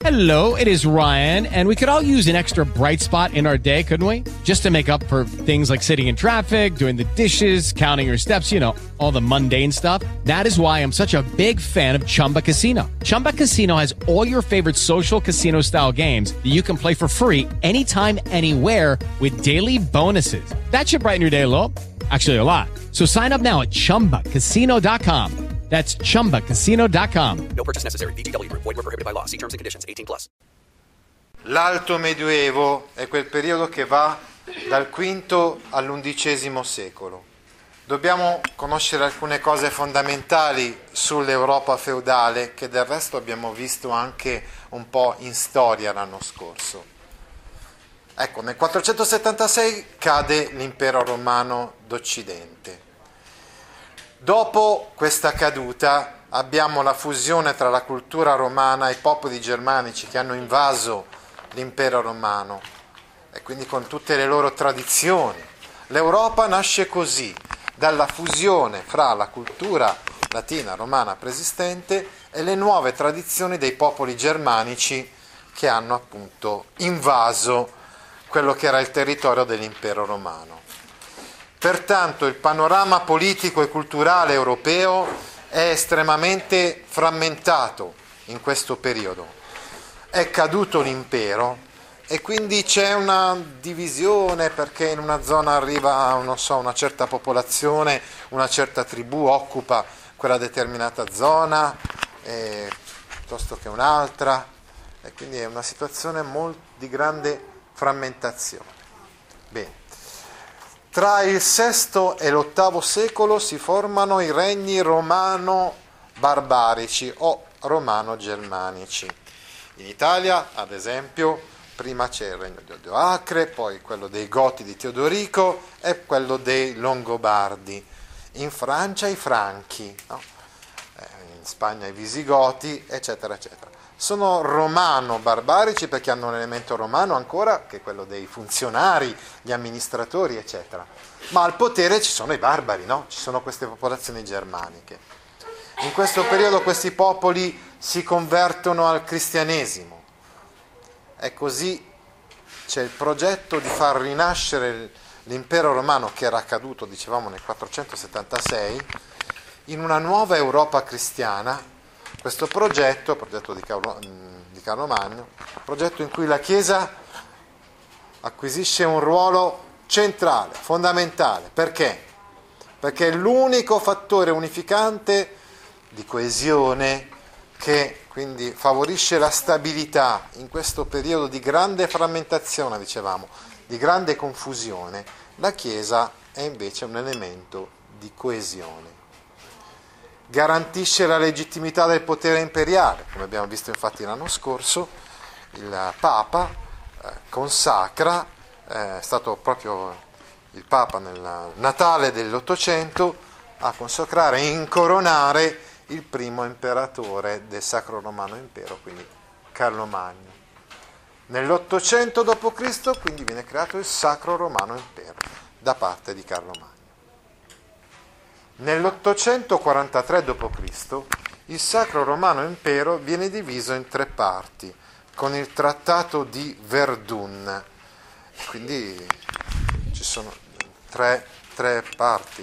Hello, it is Ryan, and we could all use an extra bright spot in our day, couldn't we? Just to make up for things like sitting in traffic, doing the dishes, counting your steps, you know, all the mundane stuff. That is why I'm such a big fan of Chumba Casino. Chumba Casino has all your favorite social casino-style games that you can play for free anytime, anywhere with daily bonuses. That should brighten your day a little. Actually, a lot. So sign up now at ChumbaCasino.com. That's ChumbaCasino.com. No purchase necessary. VGW Group. Void where prohibited by law. See terms and conditions. 18+. L'Alto Medioevo è quel periodo che va dal V all'XI secolo. Dobbiamo conoscere alcune cose fondamentali sull'Europa feudale, che del resto abbiamo visto anche un po' in storia l'anno scorso. Ecco, nel 476 cade l'impero romano d'Occidente. Dopo questa caduta abbiamo la fusione tra la cultura romana e i popoli germanici che hanno invaso l'impero romano, e quindi con tutte le loro tradizioni. L'Europa nasce così, dalla fusione fra la cultura latina romana preesistente e le nuove tradizioni dei popoli germanici che hanno appunto invaso quello che era il territorio dell'impero romano. Pertanto il panorama politico e culturale europeo è estremamente frammentato in questo periodo. È caduto l'impero e quindi c'è una divisione, perché in una zona arriva, non so, una certa popolazione, una certa tribù occupa quella determinata zona piuttosto che un'altra, e quindi è una situazione di grande frammentazione. Bene. Tra il VI e l'VIII secolo si formano i regni romano-barbarici o romano-germanici. In Italia, ad esempio, prima c'è il regno di Odoacre, poi quello dei Goti di Teodorico e quello dei Longobardi. In Francia i Franchi, no? In Spagna i Visigoti, eccetera, eccetera. Sono romano-barbarici perché hanno un elemento romano ancora, che è quello dei funzionari, gli amministratori, eccetera. Ma al potere ci sono i barbari, no? Ci sono queste popolazioni germaniche. In questo periodo questi popoli si convertono al cristianesimo. E così c'è il progetto di far rinascere l'impero romano, che era caduto, dicevamo, nel 476, in una nuova Europa cristiana. Questo progetto di Carlo Magno, progetto in cui la Chiesa acquisisce un ruolo centrale, fondamentale. Perché? Perché è l'unico fattore unificante di coesione che quindi favorisce la stabilità in questo periodo di grande frammentazione, dicevamo, di grande confusione. La Chiesa è invece un elemento di coesione. Garantisce la legittimità del potere imperiale, come abbiamo visto infatti l'anno scorso. Il Papa consacra, è stato proprio il Papa nel Natale dell'Ottocento a consacrare e incoronare il primo imperatore del Sacro Romano Impero, quindi Carlo Magno. Nell'800 d.C. quindi viene creato il Sacro Romano Impero da parte di Carlo Magno. Nell'843 d.C. il Sacro Romano Impero viene diviso in 3 parti con il Trattato di Verdun. Quindi ci sono tre parti.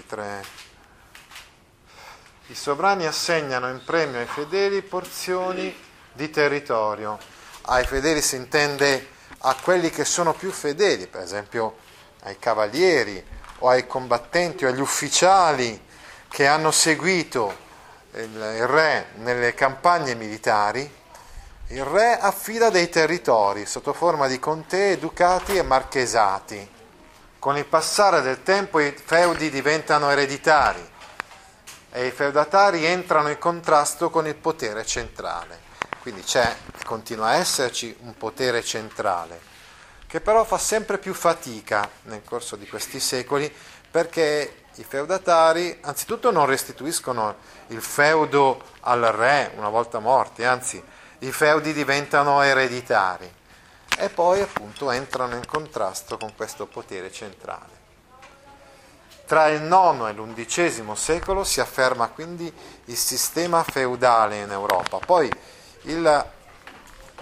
I sovrani assegnano in premio ai fedeli porzioni di territorio. Ai fedeli si intende a quelli che sono più fedeli, per esempio ai cavalieri o ai combattenti o agli ufficiali che hanno seguito il re nelle campagne militari. Il re affida dei territori sotto forma di contee, ducati e marchesati. Con il passare del tempo i feudi diventano ereditari e i feudatari entrano in contrasto con il potere centrale. Quindi continua a esserci un potere centrale, che però fa sempre più fatica nel corso di questi secoli, perché i feudatari anzitutto non restituiscono il feudo al re una volta morti, anzi i feudi diventano ereditari e poi appunto entrano in contrasto con questo potere centrale. Tra il IX e l'XI secolo si afferma quindi il sistema feudale in Europa. Poi il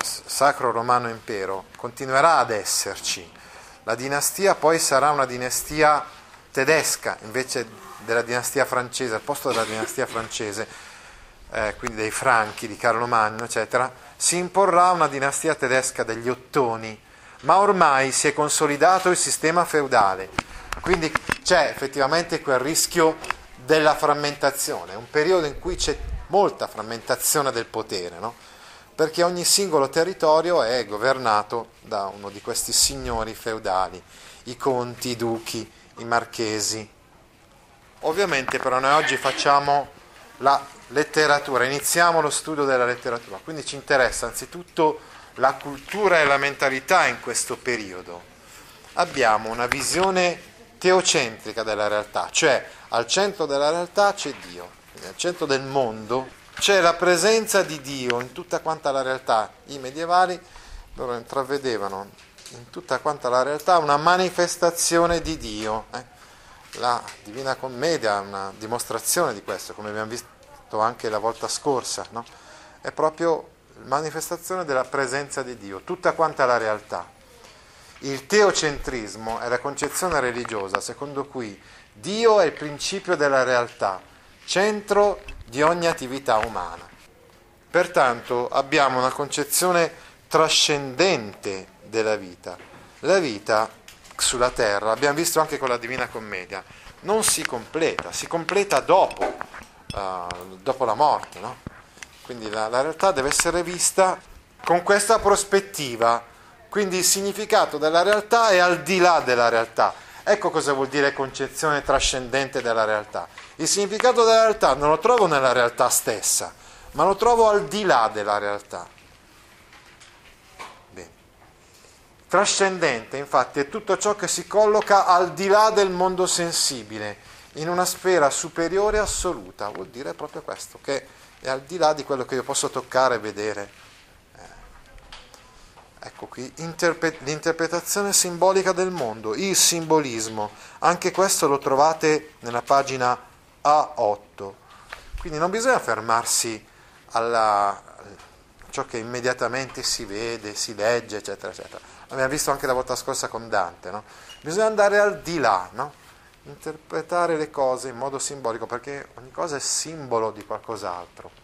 Sacro Romano Impero continuerà ad esserci. La dinastia poi sarà una dinastia tedesca invece della dinastia francese, al posto della dinastia francese, quindi dei Franchi, di Carlo Magno, eccetera, si imporrà una dinastia tedesca degli Ottoni, ma ormai si è consolidato il sistema feudale, quindi c'è effettivamente quel rischio della frammentazione, un periodo in cui c'è molta frammentazione del potere, no? Perché ogni singolo territorio è governato da uno di questi signori feudali, i conti, i duchi, i marchesi. Ovviamente però noi oggi facciamo la letteratura, iniziamo lo studio della letteratura, quindi ci interessa anzitutto la cultura e la mentalità in questo periodo. Abbiamo una visione teocentrica della realtà, cioè al centro della realtà c'è Dio, quindi al centro del mondo c'è la presenza di Dio in tutta quanta la realtà. I medievali loro intravedevano in tutta quanta la realtà una manifestazione di Dio. La Divina Commedia è una dimostrazione di questo, come abbiamo visto anche la volta scorsa, no? È proprio manifestazione della presenza di Dio, tutta quanta la realtà. Il teocentrismo è la concezione religiosa secondo cui Dio è il principio della realtà, centro di ogni attività umana. Pertanto abbiamo una concezione trascendente della vita. La vita sulla terra, abbiamo visto anche con la Divina Commedia, non si completa dopo la morte, no? Quindi la realtà deve essere vista con questa prospettiva, quindi il significato della realtà è al di là della realtà. Ecco cosa vuol dire concezione trascendente della realtà. Il significato della realtà non lo trovo nella realtà stessa, ma lo trovo al di là della realtà. Bene. Trascendente, infatti, è tutto ciò che si colloca al di là del mondo sensibile, in una sfera superiore assoluta. Vuol dire proprio questo, che è al di là di quello che io posso toccare e vedere. Ecco qui, l'interpretazione simbolica del mondo, il simbolismo, anche questo lo trovate nella pagina A8. Quindi non bisogna fermarsi a ciò che immediatamente si vede, si legge, eccetera, eccetera. L'abbiamo visto anche la volta scorsa con Dante, no? Bisogna andare al di là, no? Interpretare le cose in modo simbolico, perché ogni cosa è simbolo di qualcos'altro.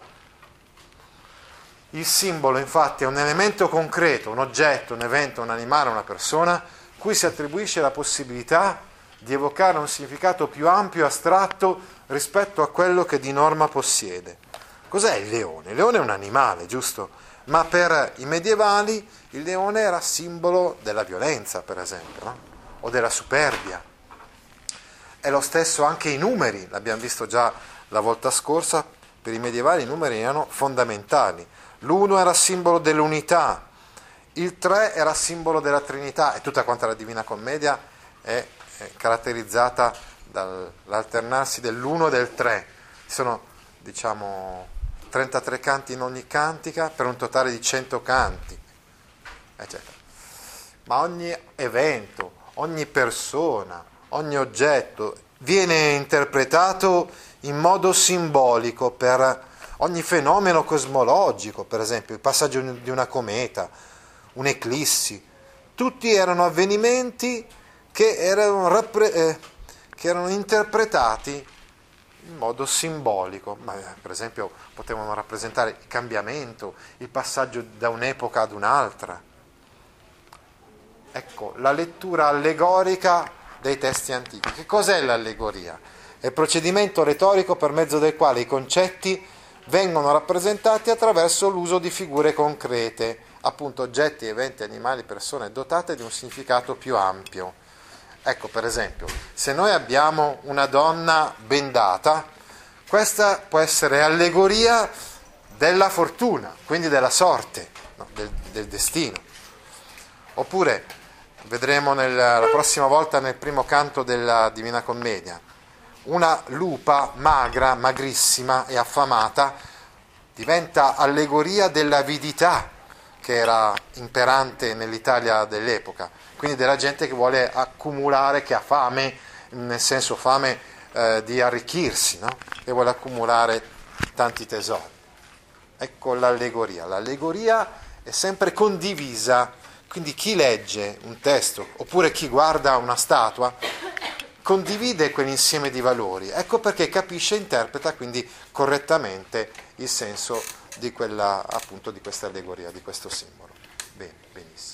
Il simbolo, infatti, è un elemento concreto, un oggetto, un evento, un animale, una persona, cui si attribuisce la possibilità di evocare un significato più ampio e astratto rispetto a quello che di norma possiede. Cos'è il leone? Il leone è un animale, giusto? Ma per i medievali il leone era simbolo della violenza, per esempio, no? O della superbia. È lo stesso anche i numeri, l'abbiamo visto già la volta scorsa, per i medievali i numeri erano fondamentali. L'1 era simbolo dell'unità, il 3 era simbolo della Trinità, e tutta quanta la Divina Commedia è caratterizzata dall'alternarsi dell'1 e del 3. Ci sono, 33 canti in ogni cantica per un totale di 100 canti, eccetera. Ma ogni evento, ogni persona, ogni oggetto viene interpretato in modo simbolico per ogni fenomeno cosmologico, per esempio il passaggio di una cometa, un'eclissi. Tutti erano avvenimenti che erano interpretati in modo simbolico. Ma, per esempio, potevano rappresentare il cambiamento, il passaggio da un'epoca ad un'altra. Ecco, la lettura allegorica dei testi antichi. Che cos'è l'allegoria? È il procedimento retorico per mezzo del quale i concetti vengono rappresentati attraverso l'uso di figure concrete, appunto oggetti, eventi, animali, persone dotate di un significato più ampio. Ecco, per esempio, se noi abbiamo una donna bendata, questa può essere allegoria della fortuna, quindi della sorte, no? del destino. Oppure, vedremo la prossima volta nel primo canto della Divina Commedia, una lupa magra, magrissima e affamata diventa allegoria dell'avidità che era imperante nell'Italia dell'epoca, quindi della gente che vuole accumulare, che ha fame, nel senso fame di arricchirsi, no? Che vuole accumulare tanti tesori. Ecco l'allegoria. L'allegoria è sempre condivisa, quindi chi legge un testo oppure chi guarda una statua condivide quell'insieme di valori, ecco perché capisce e interpreta quindi correttamente il senso di quella, appunto, di questa allegoria, di questo simbolo. Bene, benissimo.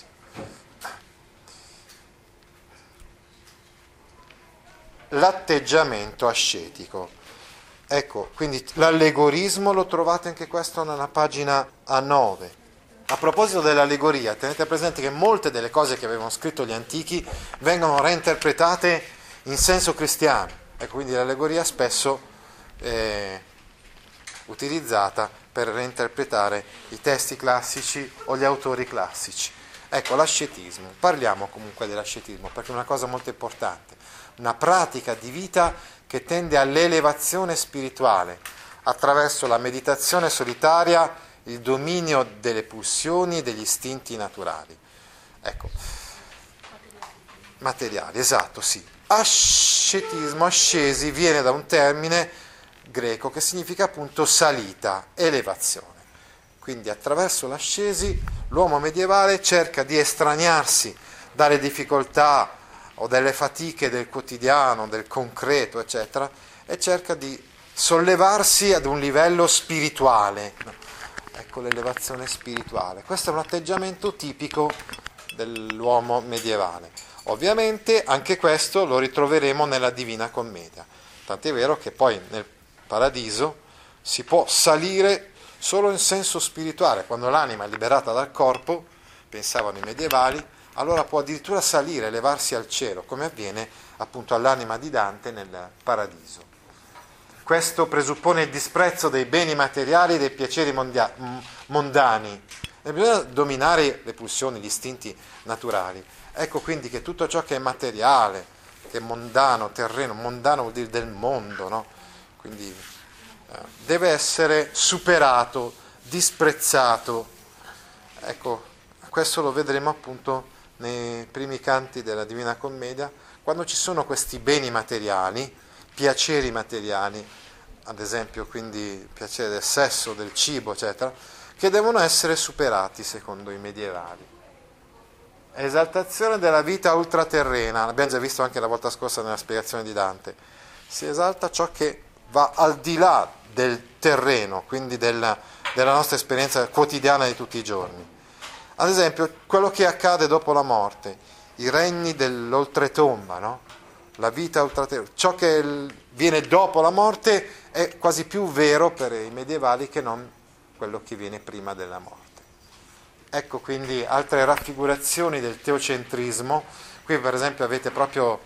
L'atteggiamento ascetico. Ecco, quindi l'allegorismo lo trovate anche questo nella pagina A9. A proposito dell'allegoria, tenete presente che molte delle cose che avevano scritto gli antichi vengono reinterpretate in senso cristiano. Ecco, quindi l'allegoria spesso è utilizzata per reinterpretare i testi classici o gli autori classici. Ecco, l'ascetismo. Parliamo comunque dell'ascetismo perché è una cosa molto importante. Una pratica di vita che tende all'elevazione spirituale attraverso la meditazione solitaria, il dominio delle pulsioni e degli istinti naturali. Ecco, materiali, esatto, sì. Ascetismo, ascesi, viene da un termine greco che significa appunto salita, elevazione. Quindi attraverso l'ascesi l'uomo medievale cerca di estraniarsi dalle difficoltà o dalle fatiche del quotidiano, del concreto, eccetera, e cerca di sollevarsi ad un livello spirituale. Ecco l'elevazione spirituale. Questo è un atteggiamento tipico dell'uomo medievale. Ovviamente anche questo lo ritroveremo nella Divina Commedia. Tant'è vero che poi nel Paradiso si può salire solo in senso spirituale. Quando l'anima è liberata dal corpo, pensavano i medievali, allora può addirittura salire, elevarsi al cielo, come avviene appunto all'anima di Dante nel Paradiso. Questo presuppone il disprezzo dei beni materiali e dei piaceri mondani. E bisogna dominare le pulsioni, gli istinti naturali. Ecco quindi che tutto ciò che è materiale, che è mondano, terreno, mondano vuol dire del mondo, no? Quindi deve essere superato, disprezzato. Ecco, questo lo vedremo appunto nei primi canti della Divina Commedia, quando ci sono questi beni materiali, piaceri materiali, ad esempio quindi piacere del sesso, del cibo, eccetera, che devono essere superati secondo i medievali. Esaltazione della vita ultraterrena, l'abbiamo già visto anche la volta scorsa nella spiegazione di Dante, si esalta ciò che va al di là del terreno, quindi della nostra esperienza quotidiana di tutti i giorni. Ad esempio, quello che accade dopo la morte, i regni dell'oltretomba, no? La vita ultraterrena, ciò che viene dopo la morte è quasi più vero per i medievali che non quello che viene prima della morte. Ecco quindi altre raffigurazioni del teocentrismo. Qui per esempio avete proprio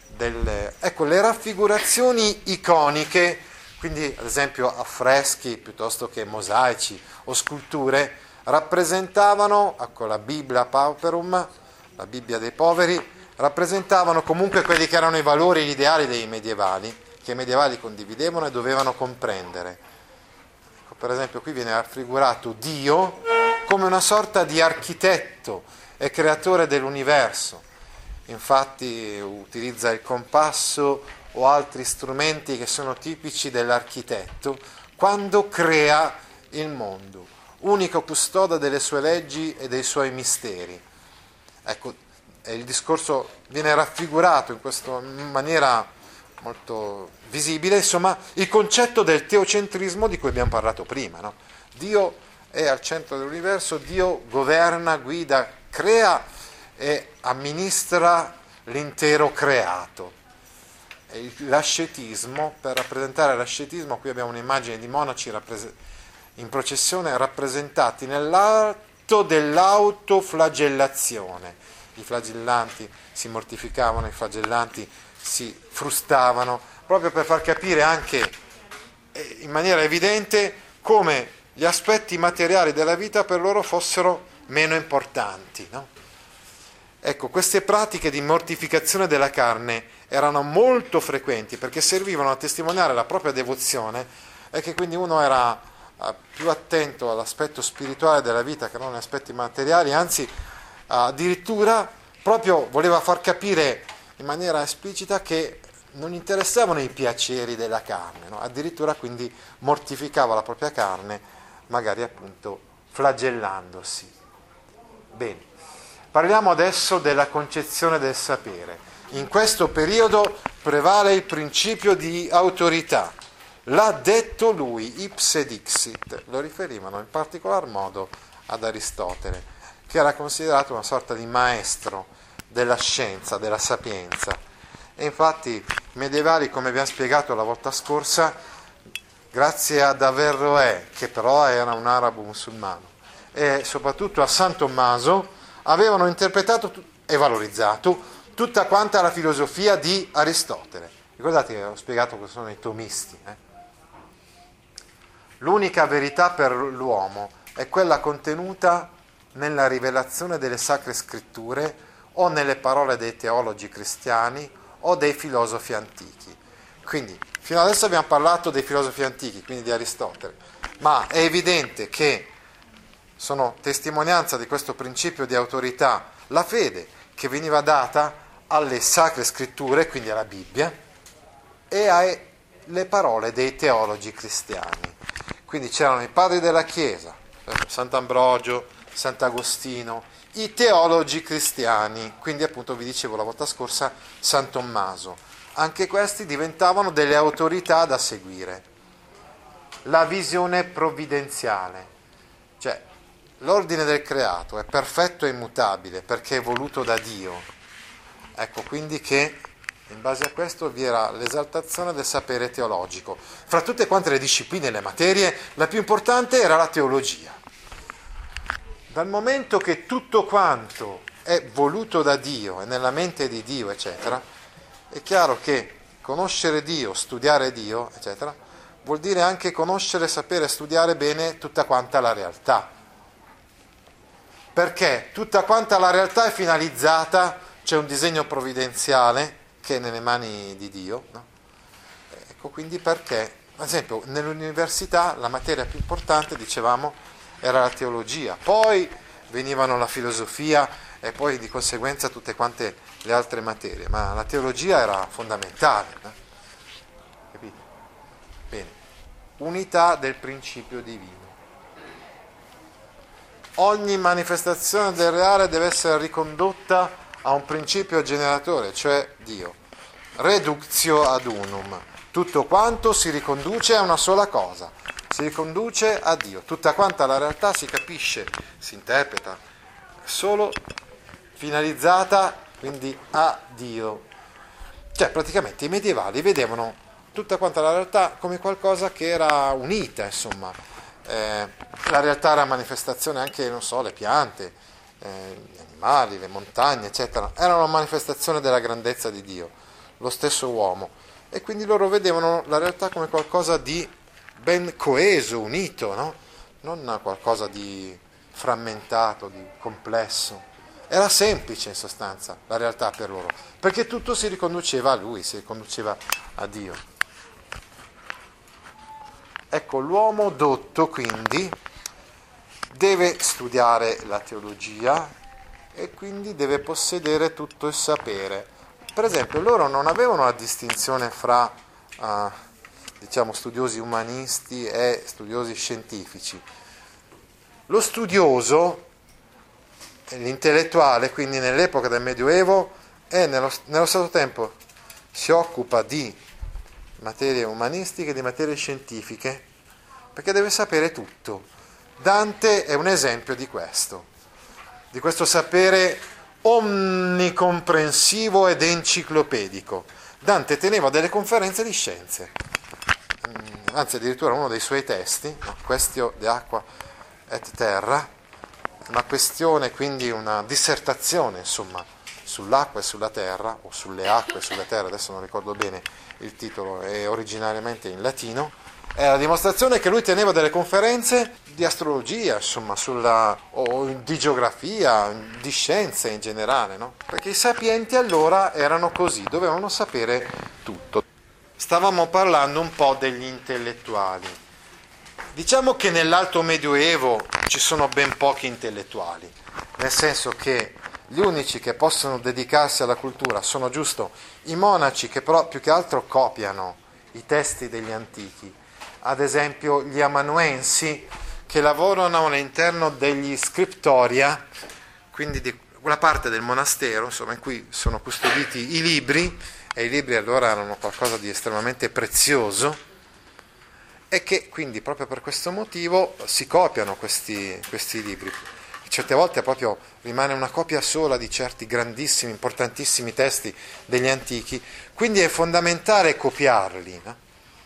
le raffigurazioni iconiche, quindi ad esempio affreschi piuttosto che mosaici o sculture, rappresentavano, ecco la Biblia Pauperum, la Bibbia dei poveri, rappresentavano comunque quelli che erano i valori e gli ideali dei medievali, che i medievali condividevano e dovevano comprendere. Ecco, per esempio qui viene raffigurato Dio come una sorta di architetto e creatore dell'universo. Infatti utilizza il compasso o altri strumenti che sono tipici dell'architetto quando crea il mondo, unico custode delle sue leggi e dei suoi misteri. Ecco, il discorso viene raffigurato in maniera molto visibile, insomma, il concetto del teocentrismo di cui abbiamo parlato prima, no? Dio è al centro dell'universo, Dio governa, guida, crea e amministra l'intero creato. E l'ascetismo, per rappresentare l'ascetismo, qui abbiamo un'immagine di monaci in processione rappresentati nell'atto dell'autoflagellazione. I flagellanti si mortificavano, i flagellanti si frustavano, proprio per far capire anche in maniera evidente come gli aspetti materiali della vita per loro fossero meno importanti, no? Ecco, queste pratiche di mortificazione della carne erano molto frequenti perché servivano a testimoniare la propria devozione e che quindi uno era più attento all'aspetto spirituale della vita che non agli aspetti materiali, anzi addirittura proprio voleva far capire in maniera esplicita che non interessavano i piaceri della carne, no? Addirittura quindi mortificava la propria carne, magari appunto flagellandosi. Bene, parliamo adesso della concezione del sapere. In questo periodo prevale il principio di autorità. L'ha detto lui, ipse dixit. Lo riferivano in particolar modo ad Aristotele, che era considerato una sorta di maestro della scienza, della sapienza. E infatti i medievali, come abbiamo spiegato la volta scorsa, grazie ad Averroè, che però era un arabo musulmano, e soprattutto a San Tommaso, avevano interpretato e valorizzato tutta quanta la filosofia di Aristotele. Ricordate che ho spiegato cosa sono i tomisti. L'unica verità per l'uomo è quella contenuta nella rivelazione delle sacre scritture o nelle parole dei teologi cristiani o dei filosofi antichi. Quindi, fino adesso abbiamo parlato dei filosofi antichi, quindi di Aristotele, ma è evidente che sono testimonianza di questo principio di autorità la fede che veniva data alle sacre scritture, quindi alla Bibbia, e alle parole dei teologi cristiani. Quindi c'erano i padri della Chiesa, Sant'Ambrogio, Sant'Agostino, i teologi cristiani, quindi appunto vi dicevo la volta scorsa San Tommaso. Anche questi diventavano delle autorità da seguire. La visione provvidenziale, cioè l'ordine del creato è perfetto e immutabile perché è voluto da Dio. Ecco quindi che in base a questo vi era l'esaltazione del sapere teologico. Fra tutte quante le discipline e le materie, la più importante era la teologia. Dal momento che tutto quanto è voluto da Dio, è nella mente di Dio, eccetera, è chiaro che conoscere Dio, studiare Dio, eccetera, vuol dire anche conoscere, sapere, studiare bene tutta quanta la realtà. Perché tutta quanta la realtà è finalizzata, c'è un disegno provvidenziale che è nelle mani di Dio, no? Ecco quindi perché, ad esempio, nell'università la materia più importante, dicevamo, era la teologia, poi venivano la filosofia e poi di conseguenza tutte quante le altre materie, ma la teologia era fondamentale, no? Capite? Bene, unità del principio divino. Ogni manifestazione del reale deve essere ricondotta a un principio generatore, cioè Dio. Reductio ad unum. Tutto quanto si riconduce a una sola cosa, si riconduce a Dio. Tutta quanta la realtà si capisce, si interpreta, solo finalizzata quindi a Dio. Cioè praticamente i medievali vedevano tutta quanta la realtà come qualcosa che era unita, insomma. La realtà era manifestazione anche, non so, le piante, gli animali, le montagne, eccetera, erano manifestazione della grandezza di Dio, lo stesso uomo, e quindi loro vedevano la realtà come qualcosa di ben coeso, unito, no? Non qualcosa di frammentato, di complesso. Era semplice in sostanza la realtà per loro, perché tutto si riconduceva a Lui, si riconduceva a Dio. Ecco, l'uomo dotto quindi deve studiare la teologia e quindi deve possedere tutto il sapere. Per esempio, loro non avevano la distinzione fra diciamo studiosi umanisti e studiosi scientifici. Lo studioso, l'intellettuale, quindi nell'epoca del Medioevo, e nello stesso tempo si occupa di materie umanistiche, di materie scientifiche, perché deve sapere tutto. Dante è un esempio di questo sapere omnicomprensivo ed enciclopedico. Dante teneva delle conferenze di scienze, anzi addirittura uno dei suoi testi, Quaestio de Aqua et Terra, una questione, quindi una dissertazione, insomma, sull'acqua e sulla terra, o sulle acque e sulla terra, adesso non ricordo bene il titolo, è originariamente in latino, è la dimostrazione che lui teneva delle conferenze di astrologia, insomma, o di geografia, di scienze in generale, no? Perché i sapienti allora erano così, dovevano sapere tutto. Stavamo parlando un po' degli intellettuali. Diciamo che nell'Alto Medioevo ci sono ben pochi intellettuali, nel senso che gli unici che possono dedicarsi alla cultura sono giusto i monaci, che però più che altro copiano i testi degli antichi, ad esempio gli amanuensi, che lavorano all'interno degli scriptoria, quindi di quella parte del monastero, insomma, in cui sono custoditi i libri, e i libri allora erano qualcosa di estremamente prezioso, e che quindi proprio per questo motivo si copiano questi libri. Certe volte proprio rimane una copia sola di certi grandissimi, importantissimi testi degli antichi, quindi è fondamentale copiarli, no?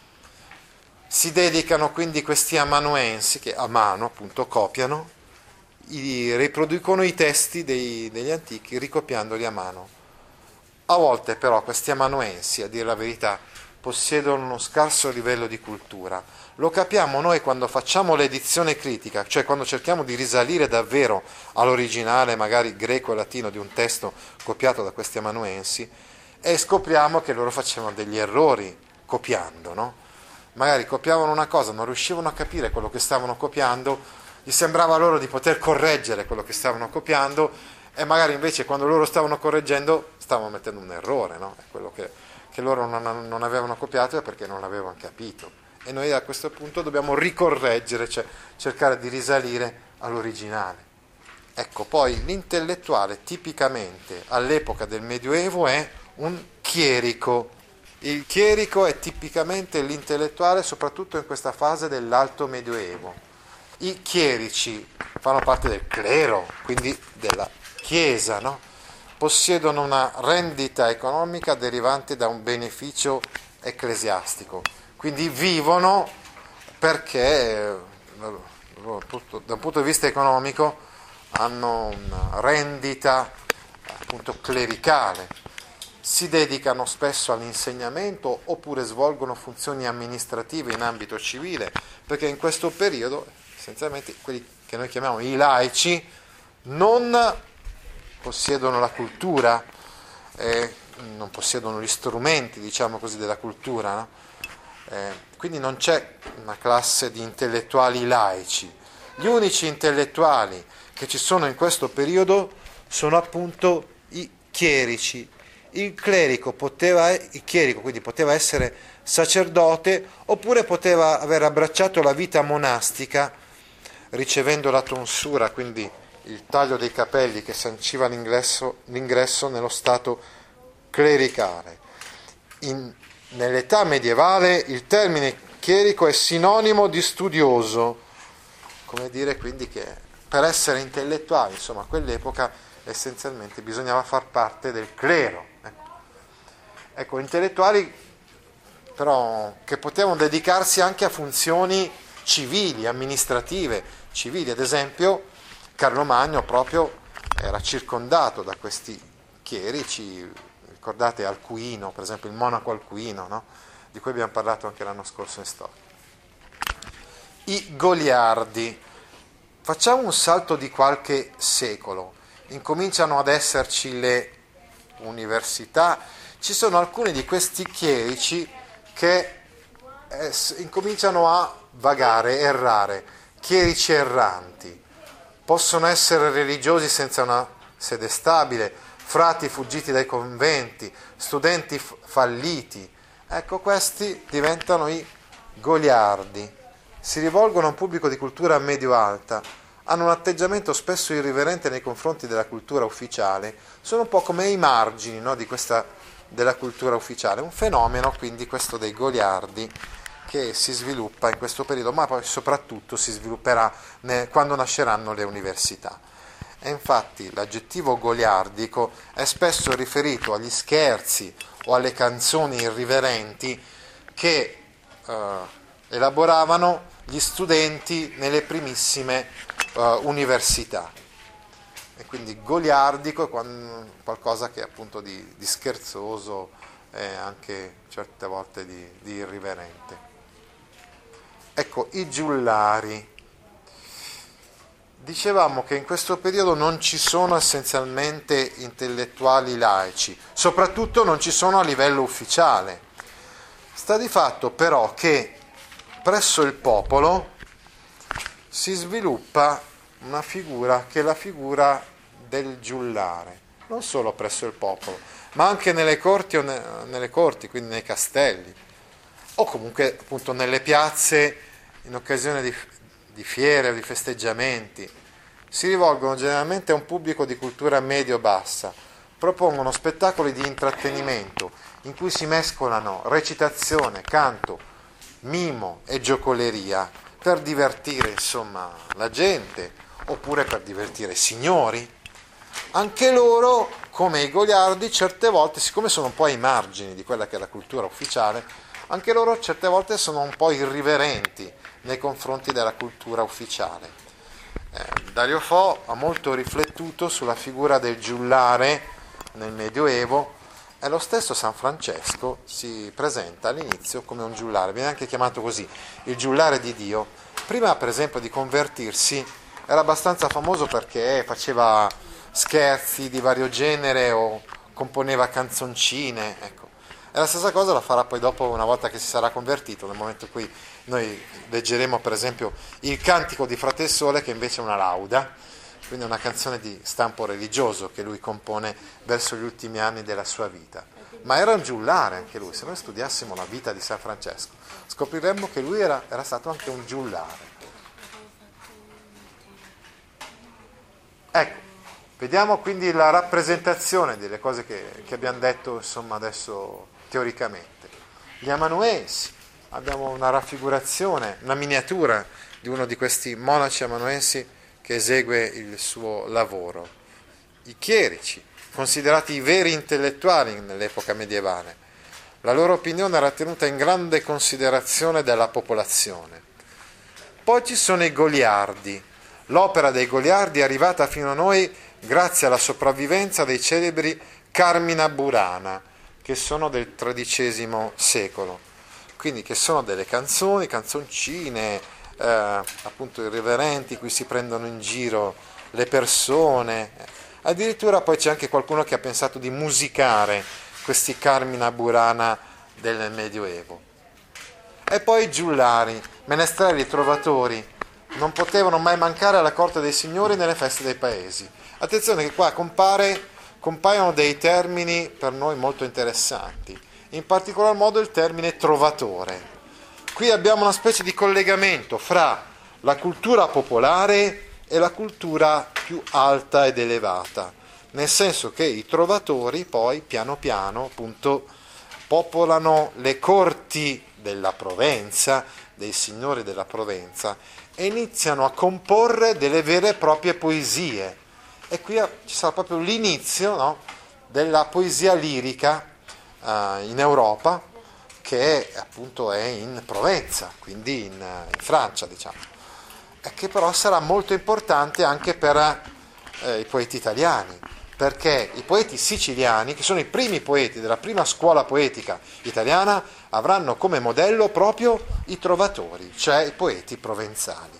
Si dedicano quindi questi amanuensi che a mano appunto copiano, riproducono i testi degli antichi ricopiandoli a mano. A volte però questi amanuensi, a dire la verità, possiedono uno scarso livello di cultura. Lo capiamo noi quando facciamo l'edizione critica, cioè quando cerchiamo di risalire davvero all'originale, magari greco e latino, di un testo copiato da questi amanuensi, e scopriamo che loro facevano degli errori copiando, no? Magari copiavano una cosa, non riuscivano a capire quello che stavano copiando, gli sembrava loro di poter correggere quello che stavano copiando, e magari invece quando loro stavano correggendo stavano mettendo un errore, no? È quello che loro non avevano copiato è perché non l'avevano capito. E noi a questo punto dobbiamo ricorreggere, cioè cercare di risalire all'originale. Ecco, poi l'intellettuale tipicamente all'epoca del Medioevo è un chierico. Il chierico è tipicamente l'intellettuale, soprattutto in questa fase dell'Alto Medioevo. I chierici fanno parte del clero, quindi della Chiesa, no? Possiedono una rendita economica derivante da un beneficio ecclesiastico, quindi vivono perché da un punto di vista economico hanno una rendita appunto clericale, si dedicano spesso all'insegnamento oppure svolgono funzioni amministrative in ambito civile, perché in questo periodo essenzialmente quelli che noi chiamiamo i laici non possiedono la cultura, non possiedono gli strumenti, diciamo così, della cultura, no? Quindi non c'è una classe di intellettuali laici. Gli unici intellettuali che ci sono in questo periodo sono appunto i chierici. Il chierico quindi poteva essere sacerdote oppure poteva aver abbracciato la vita monastica ricevendo la tonsura, quindi il taglio dei capelli che sanciva l'ingresso nello stato clericale. Nell'età medievale il termine chierico è sinonimo di studioso, come dire quindi che per essere intellettuali, insomma, a quell'epoca essenzialmente bisognava far parte del clero. Ecco, intellettuali però che potevano dedicarsi anche a funzioni civili, amministrative, civili, ad esempio Carlo Magno proprio era circondato da questi chierici, ricordate Alcuino, per esempio il monaco Alcuino, no? Di cui abbiamo parlato anche l'anno scorso in storia. I goliardi, facciamo un salto di qualche secolo, incominciano ad esserci le università, ci sono alcuni di questi chierici che incominciano a vagare, errare, chierici erranti. Possono essere religiosi senza una sede stabile, frati fuggiti dai conventi, studenti falliti. Ecco, questi diventano i goliardi. Si rivolgono a un pubblico di cultura medio-alta, hanno un atteggiamento spesso irriverente nei confronti della cultura ufficiale, sono un po' come i margini, no, della cultura ufficiale. Un fenomeno, quindi, questo dei goliardi, che si sviluppa in questo periodo, ma poi soprattutto si svilupperà quando nasceranno le università. E infatti l'aggettivo goliardico è spesso riferito agli scherzi o alle canzoni irriverenti che elaboravano gli studenti nelle primissime università. E quindi goliardico è qualcosa che è appunto di scherzoso e anche certe volte di irriverente. Ecco, i giullari. Dicevamo che in questo periodo non ci sono essenzialmente intellettuali laici, soprattutto non ci sono a livello ufficiale. Sta di fatto però che presso il popolo si sviluppa una figura che è la figura del giullare, non solo presso il popolo, ma anche nelle corti, quindi nei castelli, o comunque appunto nelle piazze in occasione di fiere o di festeggiamenti. si rivolgono generalmente a un pubblico di cultura medio-bassa, propongono spettacoli di intrattenimento in cui si mescolano recitazione, canto, mimo e giocoleria per divertire insomma la gente oppure per divertire i signori. Anche loro, come i goliardi, certe volte, siccome sono un po' ai margini di quella che è la cultura ufficiale, anche loro certe volte sono un po' irriverenti nei confronti della cultura ufficiale. Dario Fo ha molto riflettuto sulla figura del giullare nel Medioevo, e lo stesso San Francesco si presenta all'inizio come un giullare, viene anche chiamato così, il giullare di Dio. Prima, per esempio, di convertirsi era abbastanza famoso perché faceva scherzi di vario genere o componeva canzoncine, ecco. E la stessa cosa la farà poi dopo, una volta che si sarà convertito, nel momento in cui noi leggeremo per esempio il Cantico di Frate Sole, che invece è una lauda, quindi è una canzone di stampo religioso che lui compone verso gli ultimi anni della sua vita. Ma era un giullare anche lui. Se noi studiassimo la vita di San Francesco scopriremmo che lui era stato anche un giullare. Ecco, vediamo quindi la rappresentazione delle cose che abbiamo detto insomma adesso teoricamente. Gli amanuensi, abbiamo una raffigurazione, una miniatura di uno di questi monaci amanuensi che esegue il suo lavoro. I chierici, considerati i veri intellettuali nell'epoca medievale, la loro opinione era tenuta in grande considerazione dalla popolazione. Poi ci sono i goliardi. L'opera dei goliardi è arrivata fino a noi grazie alla sopravvivenza dei celebri Carmina Burana, che sono del XIII secolo, quindi che sono delle canzoni, canzoncine, appunto irriverenti, cui si prendono in giro le persone. Addirittura poi c'è anche qualcuno che ha pensato di musicare questi Carmina Burana del Medioevo. E poi i giullari, menestrelli, trovatori, non potevano mai mancare alla corte dei signori nelle feste dei paesi. Attenzione che qua compaiono dei termini per noi molto interessanti, in particolar modo il termine trovatore. Qui abbiamo una specie di collegamento fra la cultura popolare e la cultura più alta ed elevata, nel senso che i trovatori poi piano piano appunto popolano le corti della Provenza, dei signori della Provenza, e iniziano a comporre delle vere e proprie poesie. E qui ci sarà proprio l'inizio, no, della poesia lirica in Europa, che appunto è in Provenza, quindi in Francia, diciamo, e che però sarà molto importante anche per i poeti italiani, perché i poeti siciliani, che sono i primi poeti della prima scuola poetica italiana, avranno come modello proprio i trovatori, cioè i poeti provenzali.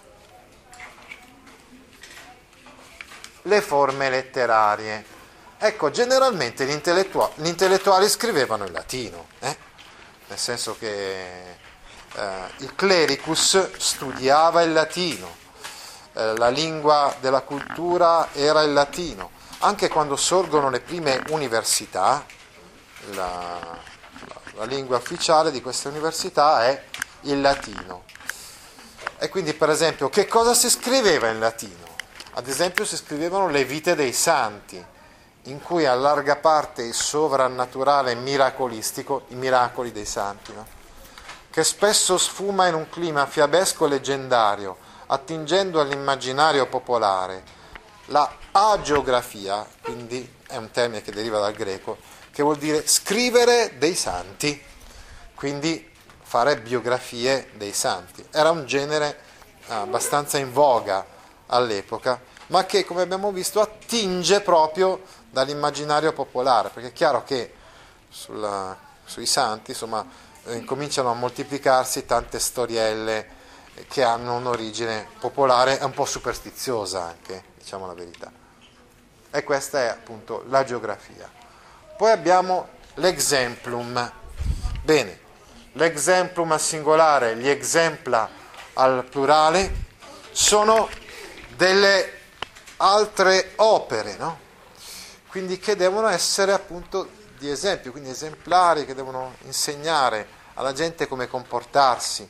Le forme letterarie. Ecco, generalmente gli intellettuali scrivevano in latino, nel senso che il clericus studiava il latino, la lingua della cultura era il latino. Anche quando sorgono le prime università, la lingua ufficiale di queste università è il latino. E quindi, per esempio, che cosa si scriveva in latino? Ad esempio si scrivevano le vite dei santi, in cui a larga parte il sovrannaturale miracolistico, i miracoli dei santi, no? Che spesso sfuma in un clima fiabesco leggendario, attingendo all'immaginario popolare. La agiografia, quindi è un termine che deriva dal greco, che vuol dire scrivere dei santi, quindi fare biografie dei santi. Era un genere abbastanza in voga all'epoca, ma che, come abbiamo visto, attinge proprio dall'immaginario popolare, perché è chiaro che sui santi, insomma, cominciano a moltiplicarsi tante storielle che hanno un'origine popolare e un po' superstiziosa anche, diciamo la verità. E questa è appunto la geografia. Poi abbiamo l'exemplum. Bene, l'exemplum al singolare, gli exempla al plurale, sono delle altre opere, no? Quindi che devono essere appunto di esempio, quindi esemplari che devono insegnare alla gente come comportarsi,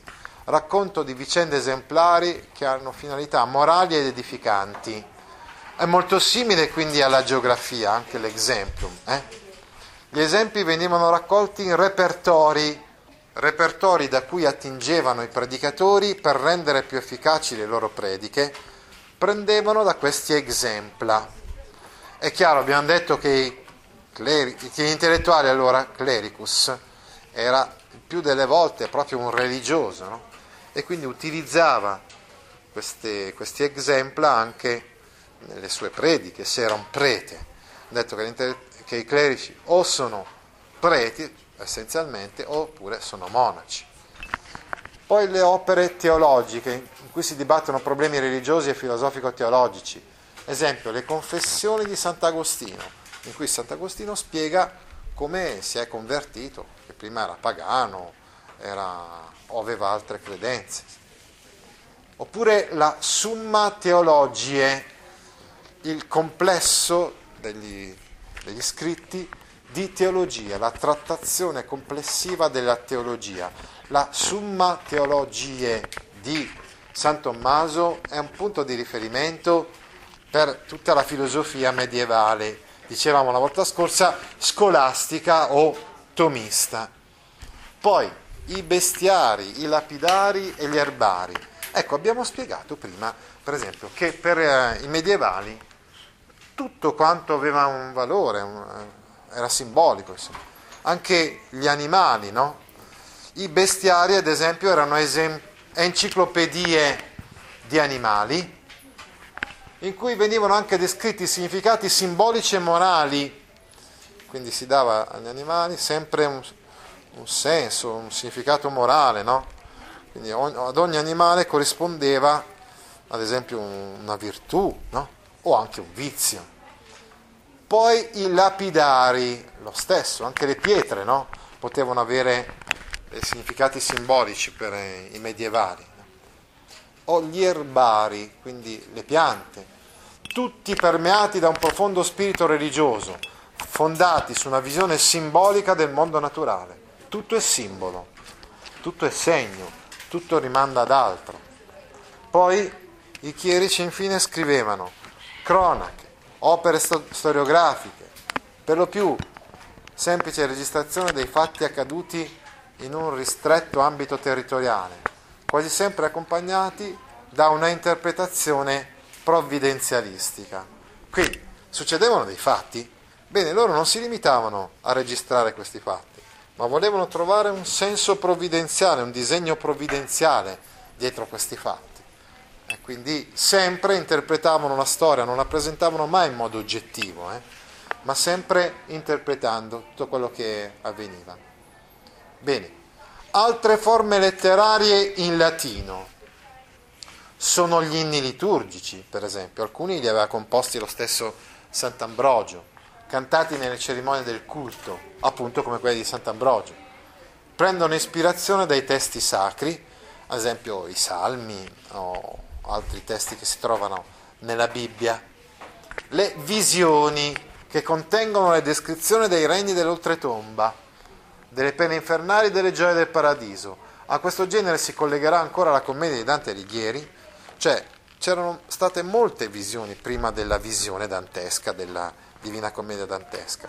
racconto di vicende esemplari che hanno finalità morali ed edificanti. È molto simile quindi alla geografia, anche l'exemplum. Gli esempi venivano raccolti in repertori da cui attingevano i predicatori per rendere più efficaci le loro prediche, prendevano da questi exempla. È chiaro, abbiamo detto che gli intellettuali allora, clericus, era il più delle volte proprio un religioso, no? E quindi utilizzava questi exempla anche nelle sue prediche, se era un prete. Ha detto che i clerici o sono preti, essenzialmente, oppure sono monaci. Poi le opere teologiche, in cui si dibattono problemi religiosi e filosofico-teologici. Esempio, le confessioni di Sant'Agostino, in cui Sant'Agostino spiega come si è convertito, che prima era pagano o aveva altre credenze. Oppure la Summa Theologiae, il complesso degli scritti di teologia, la trattazione complessiva della teologia. La Summa Theologiae di San Tommaso è un punto di riferimento per tutta la filosofia medievale, dicevamo la volta scorsa, scolastica o tomista. Poi i bestiari, i lapidari e gli erbari. Ecco, abbiamo spiegato prima, per esempio, che per i medievali tutto quanto aveva un valore, era simbolico, insomma. Anche gli animali, no? I bestiari, ad esempio, erano enciclopedie di animali, in cui venivano anche descritti i significati simbolici e morali, quindi si dava agli animali sempre un senso, un significato morale, no? Quindi ad ogni animale corrispondeva, ad esempio, una virtù, no? O anche un vizio. Poi i lapidari, lo stesso, anche le pietre, no? Potevano avere dei significati simbolici per i medievali. No? O gli erbari, quindi le piante, tutti permeati da un profondo spirito religioso, fondati su una visione simbolica del mondo naturale. Tutto è simbolo, tutto è segno, tutto rimanda ad altro. Poi i chierici infine scrivevano cronache, opere storiografiche, per lo più semplice registrazione dei fatti accaduti in un ristretto ambito territoriale, quasi sempre accompagnati da una interpretazione provvidenzialistica. Quindi succedevano dei fatti, bene, loro non si limitavano a registrare questi fatti, ma volevano trovare un senso provvidenziale, un disegno provvidenziale dietro questi fatti. E quindi sempre interpretavano la storia, non la presentavano mai in modo oggettivo, ma sempre interpretando tutto quello che avveniva. Bene, altre forme letterarie in latino sono gli inni liturgici, per esempio. Alcuni li aveva composti lo stesso Sant'Ambrogio, cantati nelle cerimonie del culto, appunto come quelli di Sant'Ambrogio. Prendono ispirazione dai testi sacri, ad esempio i salmi o altri testi che si trovano nella Bibbia. Le visioni, che contengono le descrizioni dei regni dell'oltretomba, delle pene infernali e delle gioie del paradiso. A questo genere si collegherà ancora la commedia di Dante Alighieri, cioè c'erano state molte visioni prima della visione dantesca, della Divina Commedia dantesca.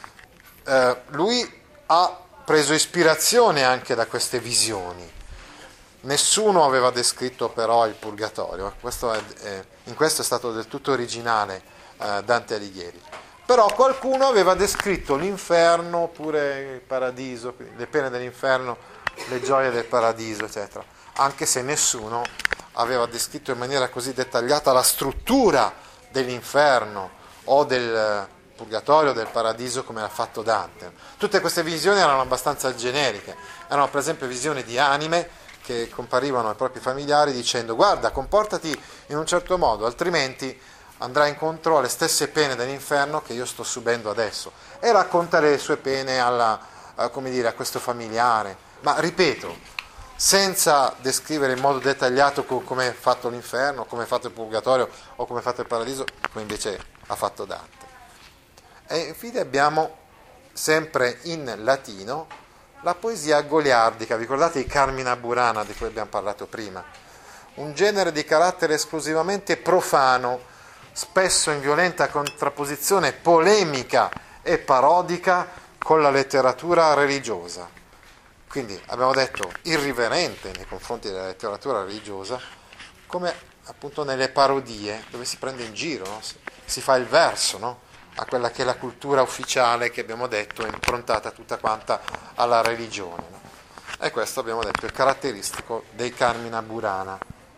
Lui ha preso ispirazione anche da queste visioni. Nessuno aveva descritto però il purgatorio, in questo è stato del tutto originale Dante Alighieri. Però qualcuno aveva descritto l'inferno oppure il paradiso, le pene dell'inferno, le gioie del paradiso, eccetera, anche se nessuno aveva descritto in maniera così dettagliata la struttura dell'inferno o del purgatorio, del paradiso, come l'ha fatto Dante. Tutte queste visioni erano abbastanza generiche, erano per esempio visioni di anime che comparivano ai propri familiari dicendo: guarda, comportati in un certo modo, altrimenti andrai incontro alle stesse pene dell'inferno che io sto subendo adesso, e racconta le sue pene a questo familiare, ma ripeto, senza descrivere in modo dettagliato come è fatto l'inferno, come è fatto il purgatorio o come è fatto il paradiso, come invece ha fatto Dante. E infine abbiamo sempre in latino la poesia goliardica. Vi ricordate i Carmina Burana di cui abbiamo parlato prima? Un genere di carattere esclusivamente profano, spesso in violenta contrapposizione polemica e parodica con la letteratura religiosa. Quindi abbiamo detto irriverente nei confronti della letteratura religiosa, come appunto nelle parodie, dove si prende in giro, no? Si fa il verso, no? A quella che è la cultura ufficiale che abbiamo detto è improntata tutta quanta alla religione, no? E questo abbiamo detto è caratteristico dei Carmina Burana.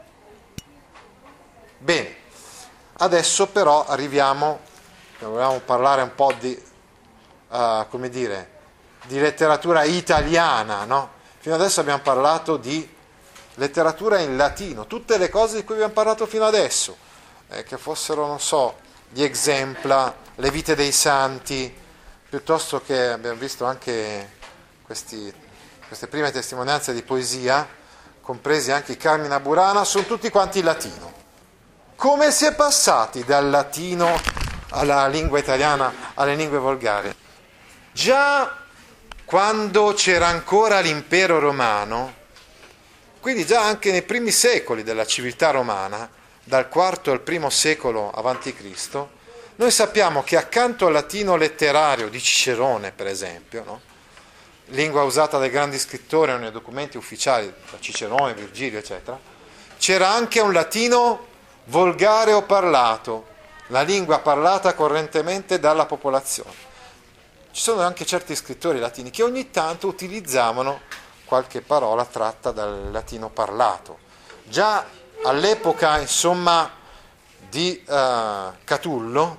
Bene, adesso però arriviamo, volevamo parlare un po' di, come dire, di letteratura italiana, no? Fino adesso abbiamo parlato di letteratura in latino, tutte le cose di cui abbiamo parlato fino adesso, che fossero, non so, gli Exempla, le vite dei santi, piuttosto che abbiamo visto anche queste prime testimonianze di poesia, compresi anche i Carmina Burana, sono tutti quanti in latino. Come si è passati dal latino alla lingua italiana, alle lingue volgari? Già quando c'era ancora l'impero romano, quindi già anche nei primi secoli della civiltà romana, dal IV al I secolo a.C., noi sappiamo che accanto al latino letterario di Cicerone, per esempio, no? Lingua usata dai grandi scrittori nei documenti ufficiali, da Cicerone, Virgilio, eccetera, c'era anche un latino volgare o parlato, la lingua parlata correntemente dalla popolazione. Ci sono anche certi scrittori latini che ogni tanto utilizzavano qualche parola tratta dal latino parlato. Già all'epoca, insomma, di Catullo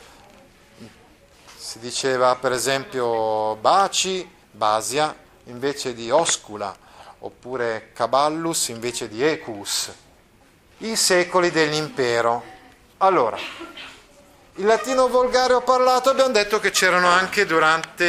si diceva per esempio baci, basia, invece di oscula, oppure caballus invece di equus. I secoli dell'impero. Allora, il latino volgare o parlato abbiamo detto che c'erano anche durante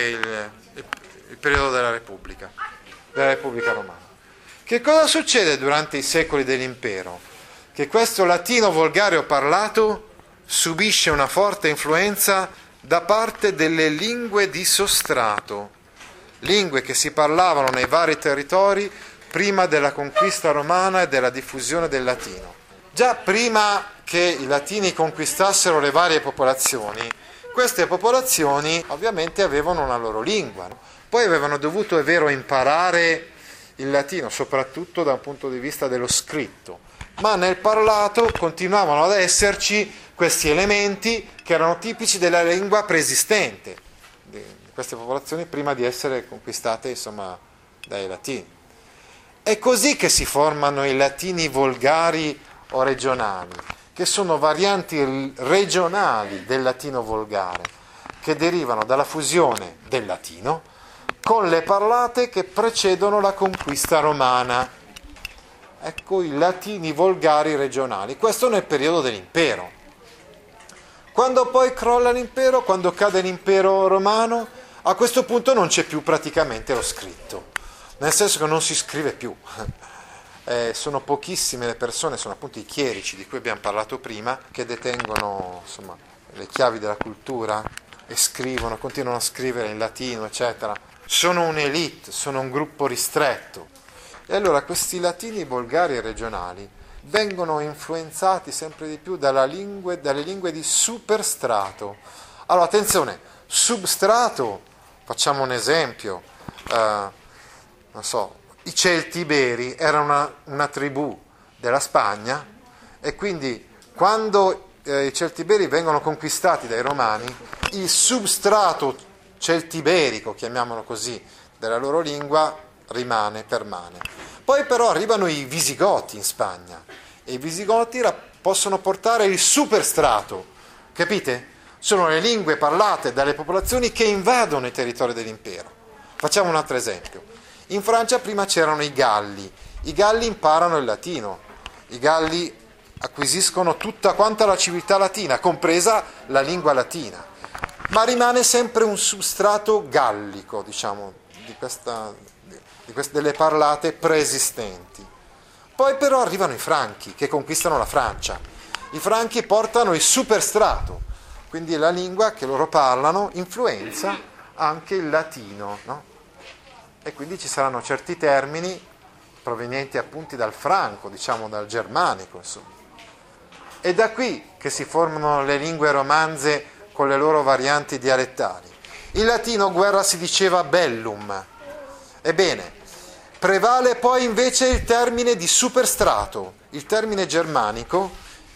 il periodo della Repubblica Romana. Che cosa succede durante i secoli dell'impero? Che questo latino volgare o parlato subisce una forte influenza da parte delle lingue di sostrato, lingue che si parlavano nei vari territori prima della conquista romana e della diffusione del latino. Già prima che i latini conquistassero le varie popolazioni, queste popolazioni ovviamente avevano una loro lingua, no? Poi avevano dovuto, è vero, imparare il latino, soprattutto da un punto di vista dello scritto, ma nel parlato continuavano ad esserci questi elementi che erano tipici della lingua preesistente di queste popolazioni prima di essere conquistate, insomma, dai latini. È così che si formano i latini volgari o regionali, che sono varianti regionali del latino volgare, che derivano dalla fusione del latino con le parlate che precedono la conquista romana. Ecco i latini volgari regionali, questo nel periodo dell'impero. Quando poi crolla l'impero, quando cade l'impero romano, a questo punto non c'è più praticamente lo scritto, nel senso che non si scrive più. Sono pochissime le persone, sono appunto i chierici di cui abbiamo parlato prima, che detengono, insomma, le chiavi della cultura e scrivono, continuano a scrivere in latino, eccetera. Sono un'elite, sono un gruppo ristretto. E allora questi latini volgari e regionali vengono influenzati sempre di più dalle lingue di superstrato. Allora, attenzione, substrato, facciamo un esempio, non so, i Celtiberi erano una tribù della Spagna e quindi quando i Celtiberi vengono conquistati dai Romani, il substrato celtiberico, chiamiamolo così, della loro lingua permane. Poi però arrivano i Visigoti in Spagna e i Visigoti possono portare il superstrato, capite? Sono le lingue parlate dalle popolazioni che invadono i territori dell'impero. Facciamo un altro esempio. In Francia prima c'erano i Galli imparano il latino, i Galli acquisiscono tutta quanta la civiltà latina, compresa la lingua latina, ma rimane sempre un substrato gallico, diciamo, delle parlate preesistenti. Poi però arrivano i Franchi che conquistano la Francia. I Franchi portano il superstrato, quindi la lingua che loro parlano influenza anche il latino, no? e quindi ci saranno certi termini provenienti appunto dal franco, diciamo dal germanico, insomma. È da qui che si formano le lingue romanze con le loro varianti dialettali. In latino guerra si diceva bellum. Ebbene, prevale poi invece il termine di superstrato, il termine germanico,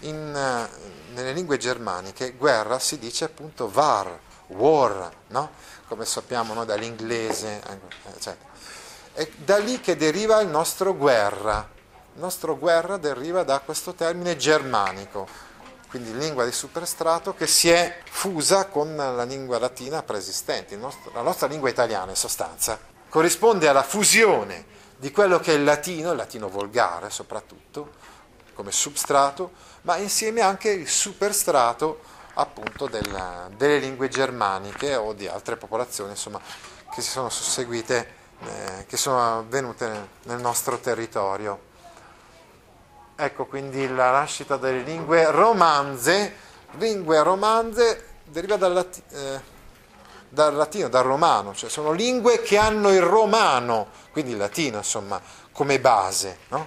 nelle lingue germaniche guerra si dice appunto war, no? Come sappiamo noi dall'inglese, eccetera. È da lì che deriva il nostro guerra. Il nostro guerra deriva da questo termine germanico, quindi lingua di superstrato che si è fusa con la lingua latina preesistente. La nostra lingua italiana in sostanza corrisponde alla fusione di quello che è il latino volgare soprattutto, come substrato, ma insieme anche il superstrato appunto delle lingue germaniche o di altre popolazioni, insomma, che si sono susseguite, che sono avvenute nel nostro territorio. Ecco quindi la nascita delle lingue romanze deriva dal latino, dal romano, cioè sono lingue che hanno il romano, quindi il latino insomma, come base, no?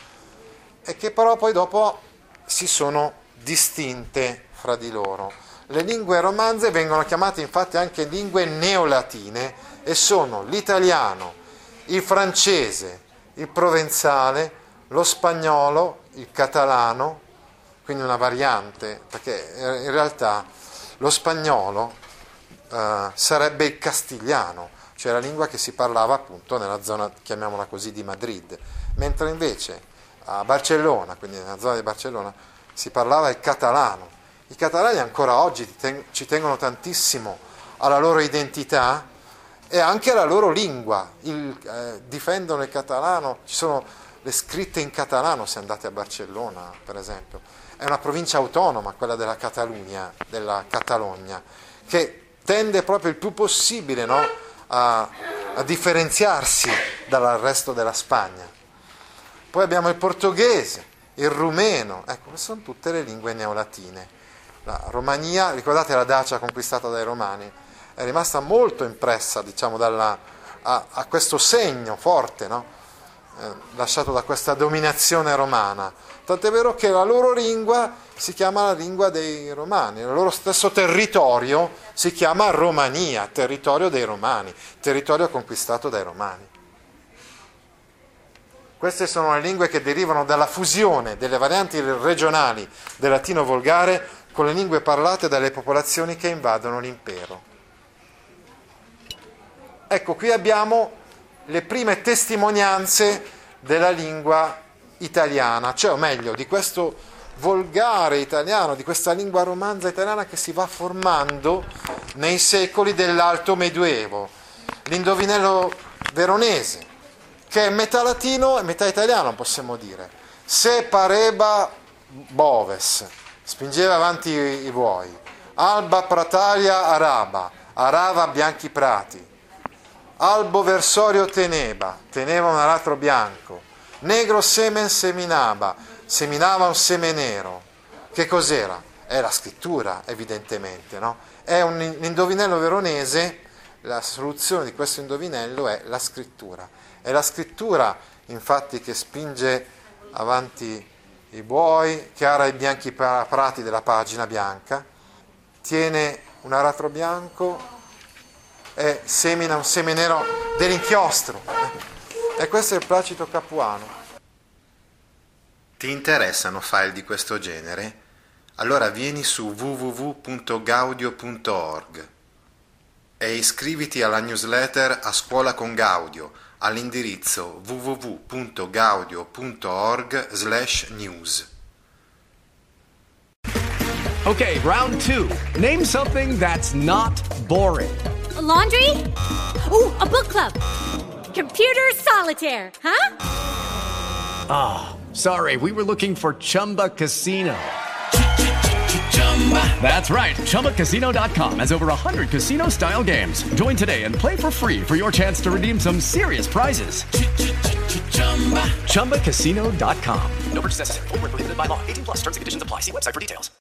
E che però poi dopo si sono distinte fra di loro. Le lingue romanze vengono chiamate infatti anche lingue neolatine e sono l'italiano, il francese, il provenzale, lo spagnolo, il catalano, quindi una variante, perché in realtà lo spagnolo sarebbe il castigliano, cioè la lingua che si parlava appunto nella zona, chiamiamola così, di Madrid, mentre invece a Barcellona, quindi nella zona di Barcellona, si parlava il catalano. I catalani ancora oggi ci tengono tantissimo alla loro identità e anche alla loro lingua, difendono il catalano, ci sono le scritte in catalano se andate a Barcellona, per esempio. È una provincia autonoma, quella della Catalogna, che tende proprio il più possibile, no, a differenziarsi dal resto della Spagna. Poi abbiamo il portoghese, il rumeno, ecco, queste sono tutte le lingue neolatine. La Romania, ricordate la Dacia conquistata dai Romani, è rimasta molto impressa, diciamo, a questo segno forte, no? Lasciato da questa dominazione romana, tant'è vero che la loro lingua si chiama la lingua dei Romani, il loro stesso territorio si chiama Romania, territorio dei Romani, territorio conquistato dai Romani. Queste sono le lingue che derivano dalla fusione delle varianti regionali del latino volgare con le lingue parlate dalle popolazioni che invadono l'impero. Ecco, qui abbiamo le prime testimonianze della lingua italiana, cioè o meglio di questo volgare italiano, di questa lingua romanza italiana che si va formando nei secoli dell'Alto Medioevo. L'indovinello veronese, che è metà latino e metà italiano, possiamo dire. Se pareba boves, spingeva avanti i buoi, alba pratalia arava bianchi prati, albo versorio teneva un aratro bianco, negro semen seminava un seme nero. Che cos'era? È la scrittura, evidentemente, no? È un indovinello veronese, la soluzione di questo indovinello è la scrittura. È la scrittura, infatti, che spinge avanti i buoi, che ara i bianchi prati della pagina bianca, tiene un aratro bianco e semina un seme nero dell'inchiostro. E questo è il Placido Capuano. Ti interessano file di questo genere? Allora vieni su www.gaudio.org e iscriviti alla newsletter A Scuola con Gaudio all'indirizzo www.gaudio.org/news. Okay, round 2. Name something that's not boring. A laundry? Ooh, a book club. Computer solitaire, huh? Ah, sorry, we were looking for Chumba Casino. That's right, ChumbaCasino.com has over 100 casino-style games. Join today and play for free for your chance to redeem some serious prizes. ChumbaCasino.com. No purchase necessary. Void where prohibited by law. 18+ terms and conditions apply. See website for details.